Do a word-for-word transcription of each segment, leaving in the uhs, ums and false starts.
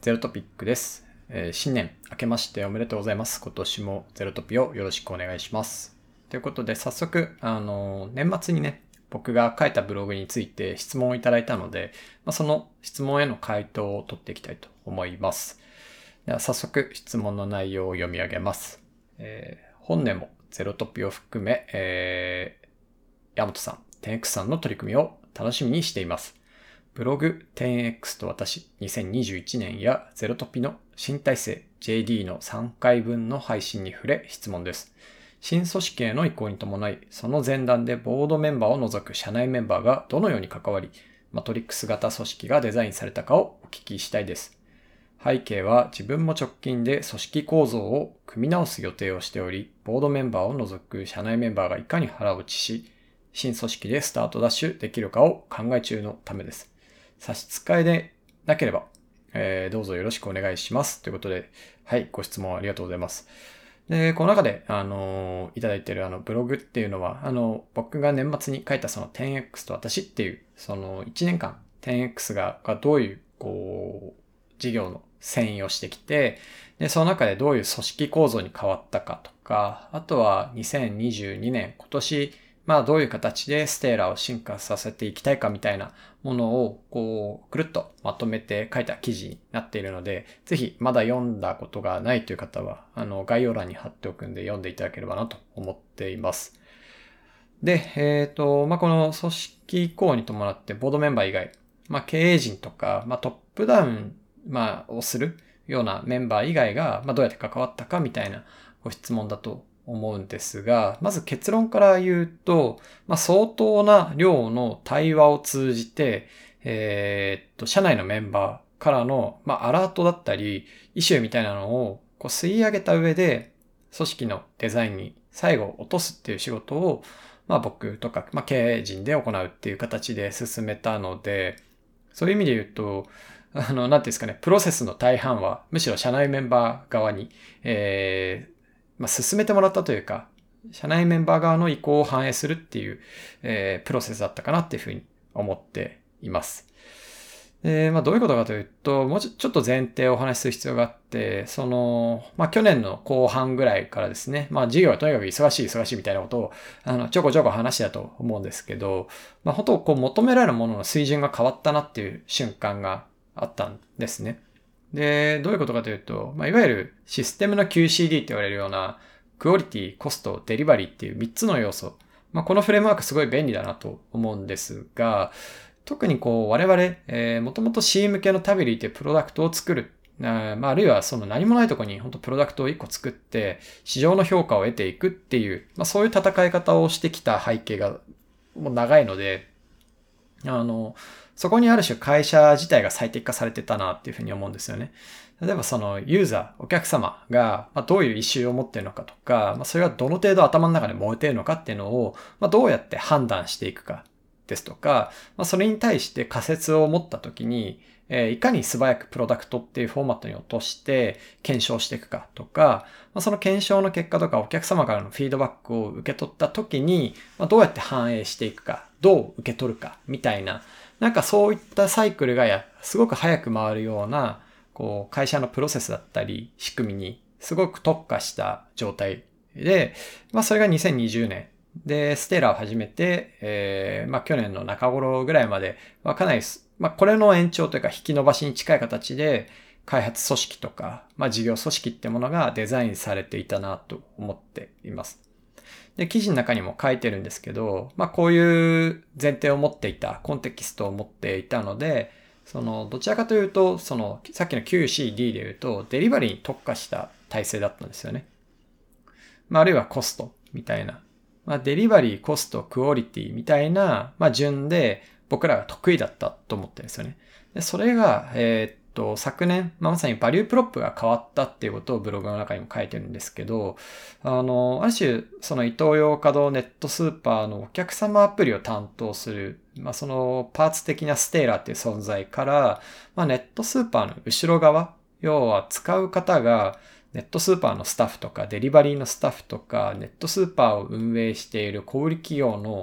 ゼロトピックです。えー新年明けましておめでとうございます。今年もゼロトピをよろしくお願いします。ということで早速、あのー年末にね、僕が書いたブログについて質問をいただいたので、まあ、その質問への回答を取っていきたいと思います。では早速質問の内容を読み上げます。えー本年もゼロトピを含め、えー、山本さん、テンエックス さんの取り組みを楽しみにしています。ブログ テンエックス と私にせんにじゅういちねんやゼロトピの新体制 ジェーディー のさんかいぶんの配信に触れ質問です。新組織への移行に伴い、その前段でボードメンバーを除く社内メンバーがどのように関わり、マトリックス型組織がデザインされたかをお聞きしたいです。背景は自分も直近で組織構造を組み直す予定をしており、ボードメンバーを除く社内メンバーがいかに腹落ちし、新組織でスタートダッシュできるかを考え中のためです。差し支えでなければ、えーどうぞよろしくお願いします。ということで、はい、ご質問ありがとうございます。で、この中で、あのーいただいているあのブログっていうのは、あの、僕が年末に書いたその テンエックス と私っていう、そのいちねんかん テンエックス ががどういう、こう、事業の遷移をしてきて、で、その中でどういう組織構造に変わったかとか、あとはにせんにじゅうにねん、今年、まあどういう形でステーラを進化させていきたいかみたいなものをこうくるっとまとめて書いた記事になっているので、ぜひまだ読んだことがないという方は、あの概要欄に貼っておくんで読んでいただければなと思っています。で、えっ、と、まあこの組織移行に伴ってボードメンバー以外、まあ経営陣とか、まあトップダウン、まあをするようなメンバー以外が、まあどうやって関わったかみたいなご質問だと思うんですが、まず結論から言うと、まあ、相当な量の対話を通じて、えーっと、社内のメンバーからの、まあ、アラートだったり、イシューみたいなのをこう吸い上げた上で、組織のデザインに最後落とすっていう仕事を、まあ、僕とか、まあ、経営陣で行うっていう形で進めたので、そういう意味で言うと、あの、なんていうんですかね、プロセスの大半は、むしろ社内メンバー側に、えーまあ、進めてもらったというか、社内メンバー側の意向を反映するっていう、えープロセスだったかなっていうふうに思っています。で、まあ、どういうことかというと、もうちょちょっと前提をお話しする必要があって、その、まあ、去年の後半ぐらいからですね、まあ、事業がとにかく忙しい忙しいみたいなことを、あの、ちょこちょこ話だと思うんですけど、まあ、本当こう求められるものの水準が変わったなっていう瞬間があったんですね。で、どういうことかというと、まあ、いわゆるシステムの キューシーディー って言われるような、クオリティ、コスト、デリバリーっていうみっつの要素。まあ、このフレームワークすごい便利だなと思うんですが、特にこう我々、えー、もともと C 向けのタビリーっていうプロダクトを作る。あまあ、あるいはその何もないところに本当プロダクトをいっこ作って市場の評価を得ていくっていう、まあ、そういう戦い方をしてきた背景がもう長いので、あの、そこにある種会社自体が最適化されてたなっていうふうに思うんですよね。例えばそのユーザー、お客様がどういうイシューを持っているのかとか、それがどの程度頭の中で燃えているのかっていうのをどうやって判断していくかですとか、それに対して仮説を持ったときに、いかに素早くプロダクトっていうフォーマットに落として検証していくかとか、その検証の結果とかお客様からのフィードバックを受け取ったときに、どうやって反映していくか、どう受け取るかみたいな、なんかそういったサイクルがやすごく早く回るような、こう会社のプロセスだったり仕組みにすごく特化した状態で、まあそれがにせんにじゅうねんで、ステーラを始めて、えー、まあ去年の中頃ぐらいまではかなり、まあこれの延長というか引き伸ばしに近い形で開発組織とか、まあ事業組織ってものがデザインされていたなと思っています。で、記事の中にも書いてるんですけど、まあこういう前提を持っていた、コンテキストを持っていたので、その、どちらかというと、その、さっきの キューシーディー で言うと、デリバリーに特化した体制だったんですよね。まあ、あるいはコストみたいな。まあ、デリバリー、コスト、クオリティみたいな、まあ、順で僕らが得意だったと思ってるんですよね。で、それが、えーっと、昨年、まあ、まさにバリュープロップが変わったっていうことをブログの中にも書いてるんですけど、あの、ある種、そのイトーヨーカドーネットスーパーのお客様アプリを担当する、まあ、そのパーツ的なステーラーっていう存在から、まあ、ネットスーパーの後ろ側、要は使う方が、ネットスーパーのスタッフとかデリバリーのスタッフとかネットスーパーを運営している小売企業の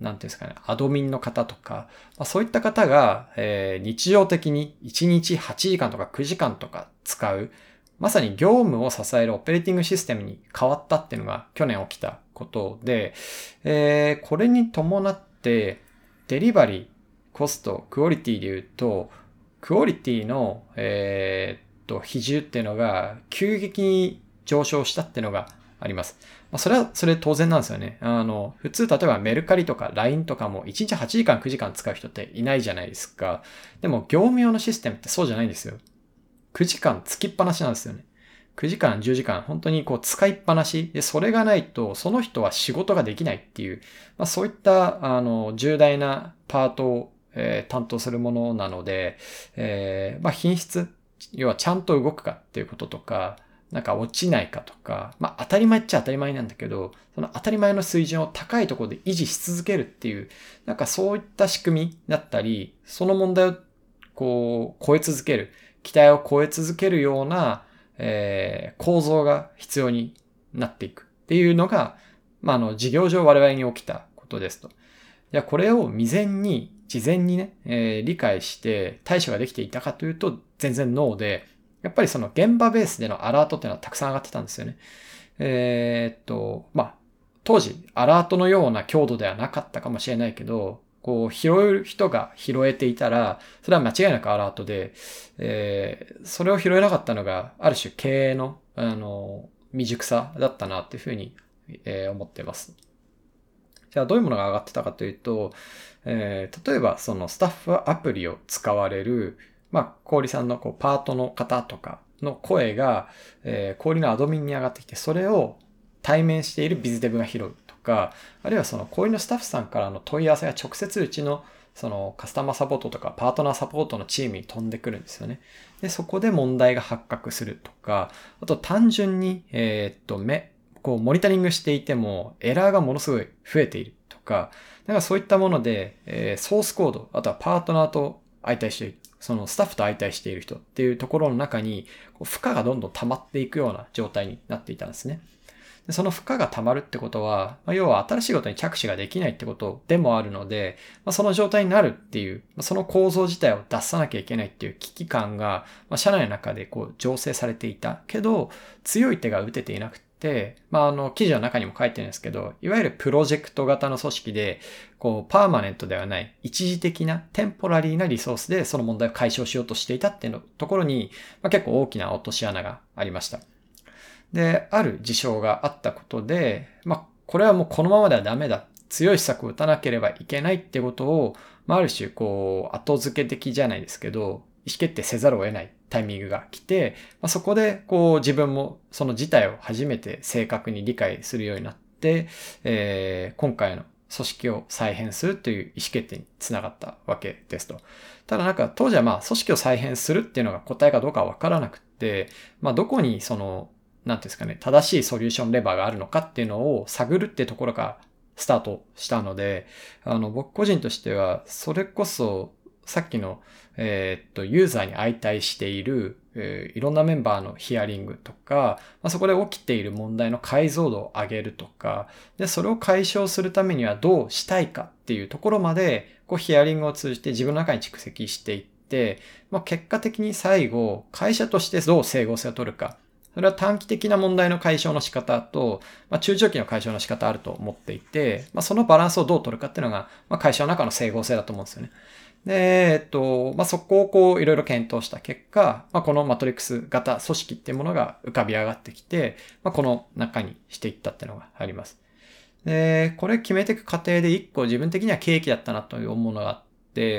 なんていうんですかね、アドミンの方とか、まあ、そういった方が、えー日常的にいちにちはちじかんとかくじかんとか使う、まさに業務を支えるオペレーティングシステムに変わったっていうのが去年起きたことで、えーこれに伴ってデリバリー、コスト、クオリティで言うと、クオリティの、えーっと比重っていうのが急激に上昇したっていうのがあります。まあ、それはそれ当然なんですよね。あの、普通例えばメルカリとか ライン とかもいちにちはちじかんくじかん使う人っていないじゃないですか。でも業務用のシステムってそうじゃないんですよ。くじかんつきっぱなしなんですよね。くじかん、じゅうじかん、本当にこう使いっぱなしで、それがないと、その人は仕事ができないっていう、まあ、そういった、あの、重大なパートを、えー担当するものなので、えーまあ、品質、要はちゃんと動くかっていうこととか、なんか落ちないかとか、まあ、当たり前っちゃ当たり前なんだけど、その当たり前の水準を高いところで維持し続けるっていう、なんかそういった仕組みだったり、その問題をこう超え続ける、期待を超え続けるような、えー構造が必要になっていくっていうのが、まあ、あの、事業上我々に起きたことですと。じゃあこれを未然に、事前にね、えー理解して対処ができていたかというと、全然ノーで、やっぱりその現場ベースでのアラートっていうのはたくさん上がってたんですよね。えーっと、まあ、当時、アラートのような強度ではなかったかもしれないけど、こう、拾える人が拾えていたら、それは間違いなくアラートで、えーそれを拾えなかったのが、ある種経営の、あの、未熟さだったなっていうふうに、えー思ってます。じゃあどういうものが上がってたかというと、えー例えばそのスタッフアプリを使われる、まあ、氷さんのこうパートの方とかの声が、えー、氷のアドミンに上がってきて、それを対面しているビズデブが拾うとか、あるいはその氷のスタッフさんからの問い合わせが直接うちのそのカスタマーサポートとかパートナーサポートのチームに飛んでくるんですよね。で、そこで問題が発覚するとか、あと単純に、えーっと、目、こうモニタリングしていてもエラーがものすごい増えているとか、なんかそういったもので、えーソースコード、あとはパートナーと相対している、そのスタッフと相対している人っていうところの中に、こう負荷がどんどん溜まっていくような状態になっていたんですね。でその負荷が溜まるってことは、まあ、要は新しいことに着手ができないってことでもあるので、まあ、その状態になるっていう、まあ、その構造自体を出さなきゃいけないっていう危機感が、まあ、社内の中でこう醸成されていたけど、強い手が打てていなくて、まあ、あの、記事の中にも書いてるんですけど、いわゆるプロジェクト型の組織で、こう、パーマネントではない、一時的な、テンポラリーなリソースでその問題を解消しようとしていたっていうのところに、まあ、結構大きな落とし穴がありました。で、ある事象があったことで、まあ、これはもうこのままではダメだ。強い施策を打たなければいけないってことを、まあ、ある種、こう、後付け的じゃないですけど、意思決定せざるを得ないタイミングが来て、まあ、そこで、こう、自分もその事態を初めて正確に理解するようになって、えー、今回の組織を再編するという意思決定につながったわけですと。ただなんか当時はまあ組織を再編するっていうのが答えかどうかはわからなくて、まあどこにそのなんていうんですかね、正しいソリューションレバーがあるのかっていうのを探るっていうところからスタートしたので、あの、僕個人としては、それこそ、さっきの、えーっと、ユーザーに相対している、えーいろんなメンバーのヒアリングとか、まあ、そこで起きている問題の解像度を上げるとか、で、それを解消するためにはどうしたいかっていうところまで、こう、ヒアリングを通じて自分の中に蓄積していって、まあ、結果的に最後、会社としてどう整合性を取るか、それは短期的な問題の解消の仕方と、まあ、中長期の解消の仕方あると思っていて、まあ、そのバランスをどう取るかっていうのが、まあ、会社の中の整合性だと思うんですよね。で、えっと、まあ、そこをこういろいろ検討した結果、まあ、このマトリックス型組織っていうものが浮かび上がってきて、まあ、この中にしていったっていうのがあります。で、これ決めていく過程で一個自分的には契機だったなという思うのがあって、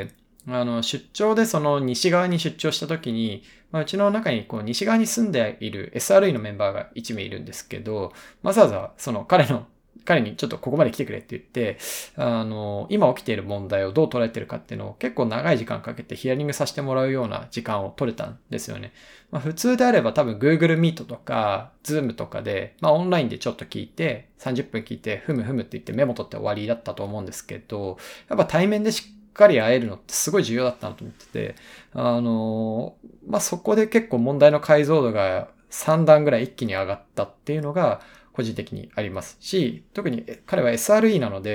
あの、出張でその西側に出張した時に、まあ、うちの中にこう西側に住んでいる エスアールイー のメンバーがいち名いるんですけど、わざわざその彼の、彼にちょっとここまで来てくれって言って、あの、今起きている問題をどう捉えてるかっていうのを結構長い時間かけてヒアリングさせてもらうような時間を取れたんですよね。まあ、普通であれば多分 Google Meet とか Zoom とかで、まあオンラインでちょっと聞いて、さんじゅっぷん聞いて、ふむふむって言ってメモ取って終わりだったと思うんですけど、やっぱ対面でしっかり会えるのってすごい重要だったなと思ってて、あの、まあ、そこで結構問題の解像度がさん段ぐらい一気に上がったっていうのが個人的にありますし、特に彼は エスアールイー なので、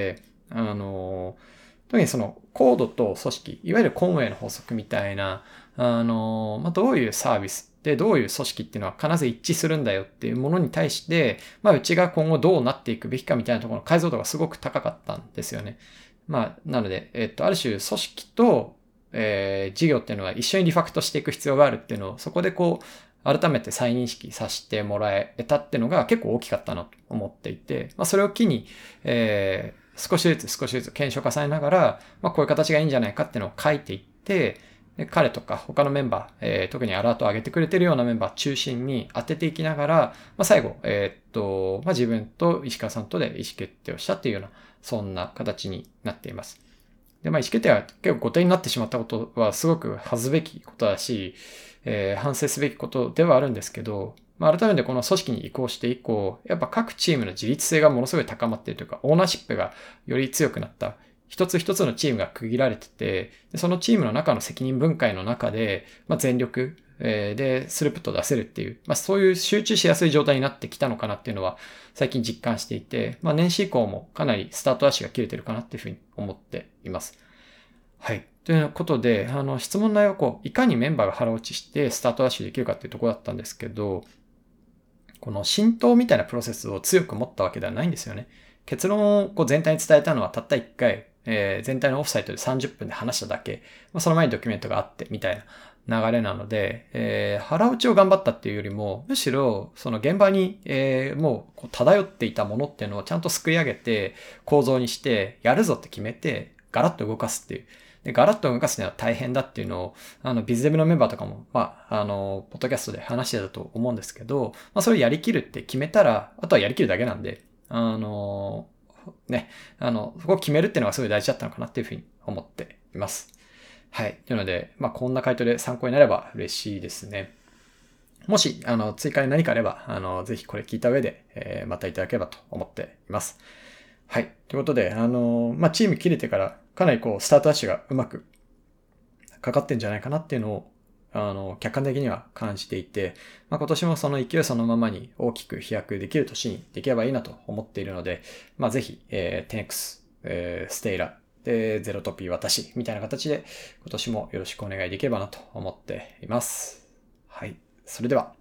あの、特にそのコードと組織、いわゆるコンウェイの法則みたいな、あの、まあ、どういうサービスでどういう組織っていうのは必ず一致するんだよっていうものに対して、まあ、うちが今後どうなっていくべきかみたいなところの解像度がすごく高かったんですよね。まあ、なので、えっと、ある種組織と、えー、事業っていうのは一緒にリファクトしていく必要があるっていうのを、そこでこう、改めて再認識させてもらえたっていうのが結構大きかったなと思っていて、まあ、それを機に、えー、少しずつ少しずつ検証重ねながら、まあ、こういう形がいいんじゃないかっていうのを書いていって、で彼とか他のメンバー、えー、特にアラートを上げてくれてるようなメンバー中心に当てていきながら、まあ、最後、えー、っと、まあ、自分と石川さんとで意思決定をしたっていうような、そんな形になっています。で、まあ、意思決定は結構後手になってしまったことはすごく恥ずべきことだし、えー、反省すべきことではあるんですけど、まあ、改めてこの組織に移行して以降、やっぱ各チームの自立性がものすごい高まっているというか、オーナーシップがより強くなった。一つ一つのチームが区切られてて、そのチームの中の責任分解の中で、まあ、全力でスループットを出せるっていう、まあ、そういう集中しやすい状態になってきたのかなっていうのは最近実感していて、まあ、年始以降もかなりスタート足が切れてるかなっていうふうに思っています。はい。ということで、あの、質問内容をこう、いかにメンバーが腹落ちしてスタートダッシュできるかっていうところだったんですけど、この浸透みたいなプロセスを強く持ったわけではないんですよね。結論をこう全体に伝えたのはたったいっかい、えー、全体のオフサイトでさんじゅっぷんで話しただけ、まあ、その前にドキュメントがあってみたいな流れなので、えー、腹落ちを頑張ったっていうよりも、むしろその現場に、えー、もうこう漂っていたものっていうのをちゃんとすくい上げて構造にしてやるぞって決めてガラッと動かすっていう。で、ガラッと動かすのは大変だっていうのを、あの、ビズデブのメンバーとかも、まあ、あの、ポッドキャストで話してたと思うんですけど、まあ、それをやりきるって決めたら、あとはやりきるだけなんで、あの、ね、あの、そこを決めるっていうのがすごい大事だったのかなっていうふうに思っています。はい。というので、まあ、こんな回答で参考になれば嬉しいですね。もし、あの、追加で何かあれば、あの、ぜひこれ聞いた上で、えー、またいただければと思っています。はい。ということで、あの、まあ、チーム切れてから、かなりこう、スタートダッシュがうまくかかってんじゃないかなっていうのを、あの、客観的には感じていて、まあ、今年もその勢いそのままに大きく飛躍できる年にできればいいなと思っているので、まあ、ぜひ、えー、テンエックス、えー、ステイラ、で、ゼロトピー私みたいな形で今年もよろしくお願いできればなと思っています。はい。それでは。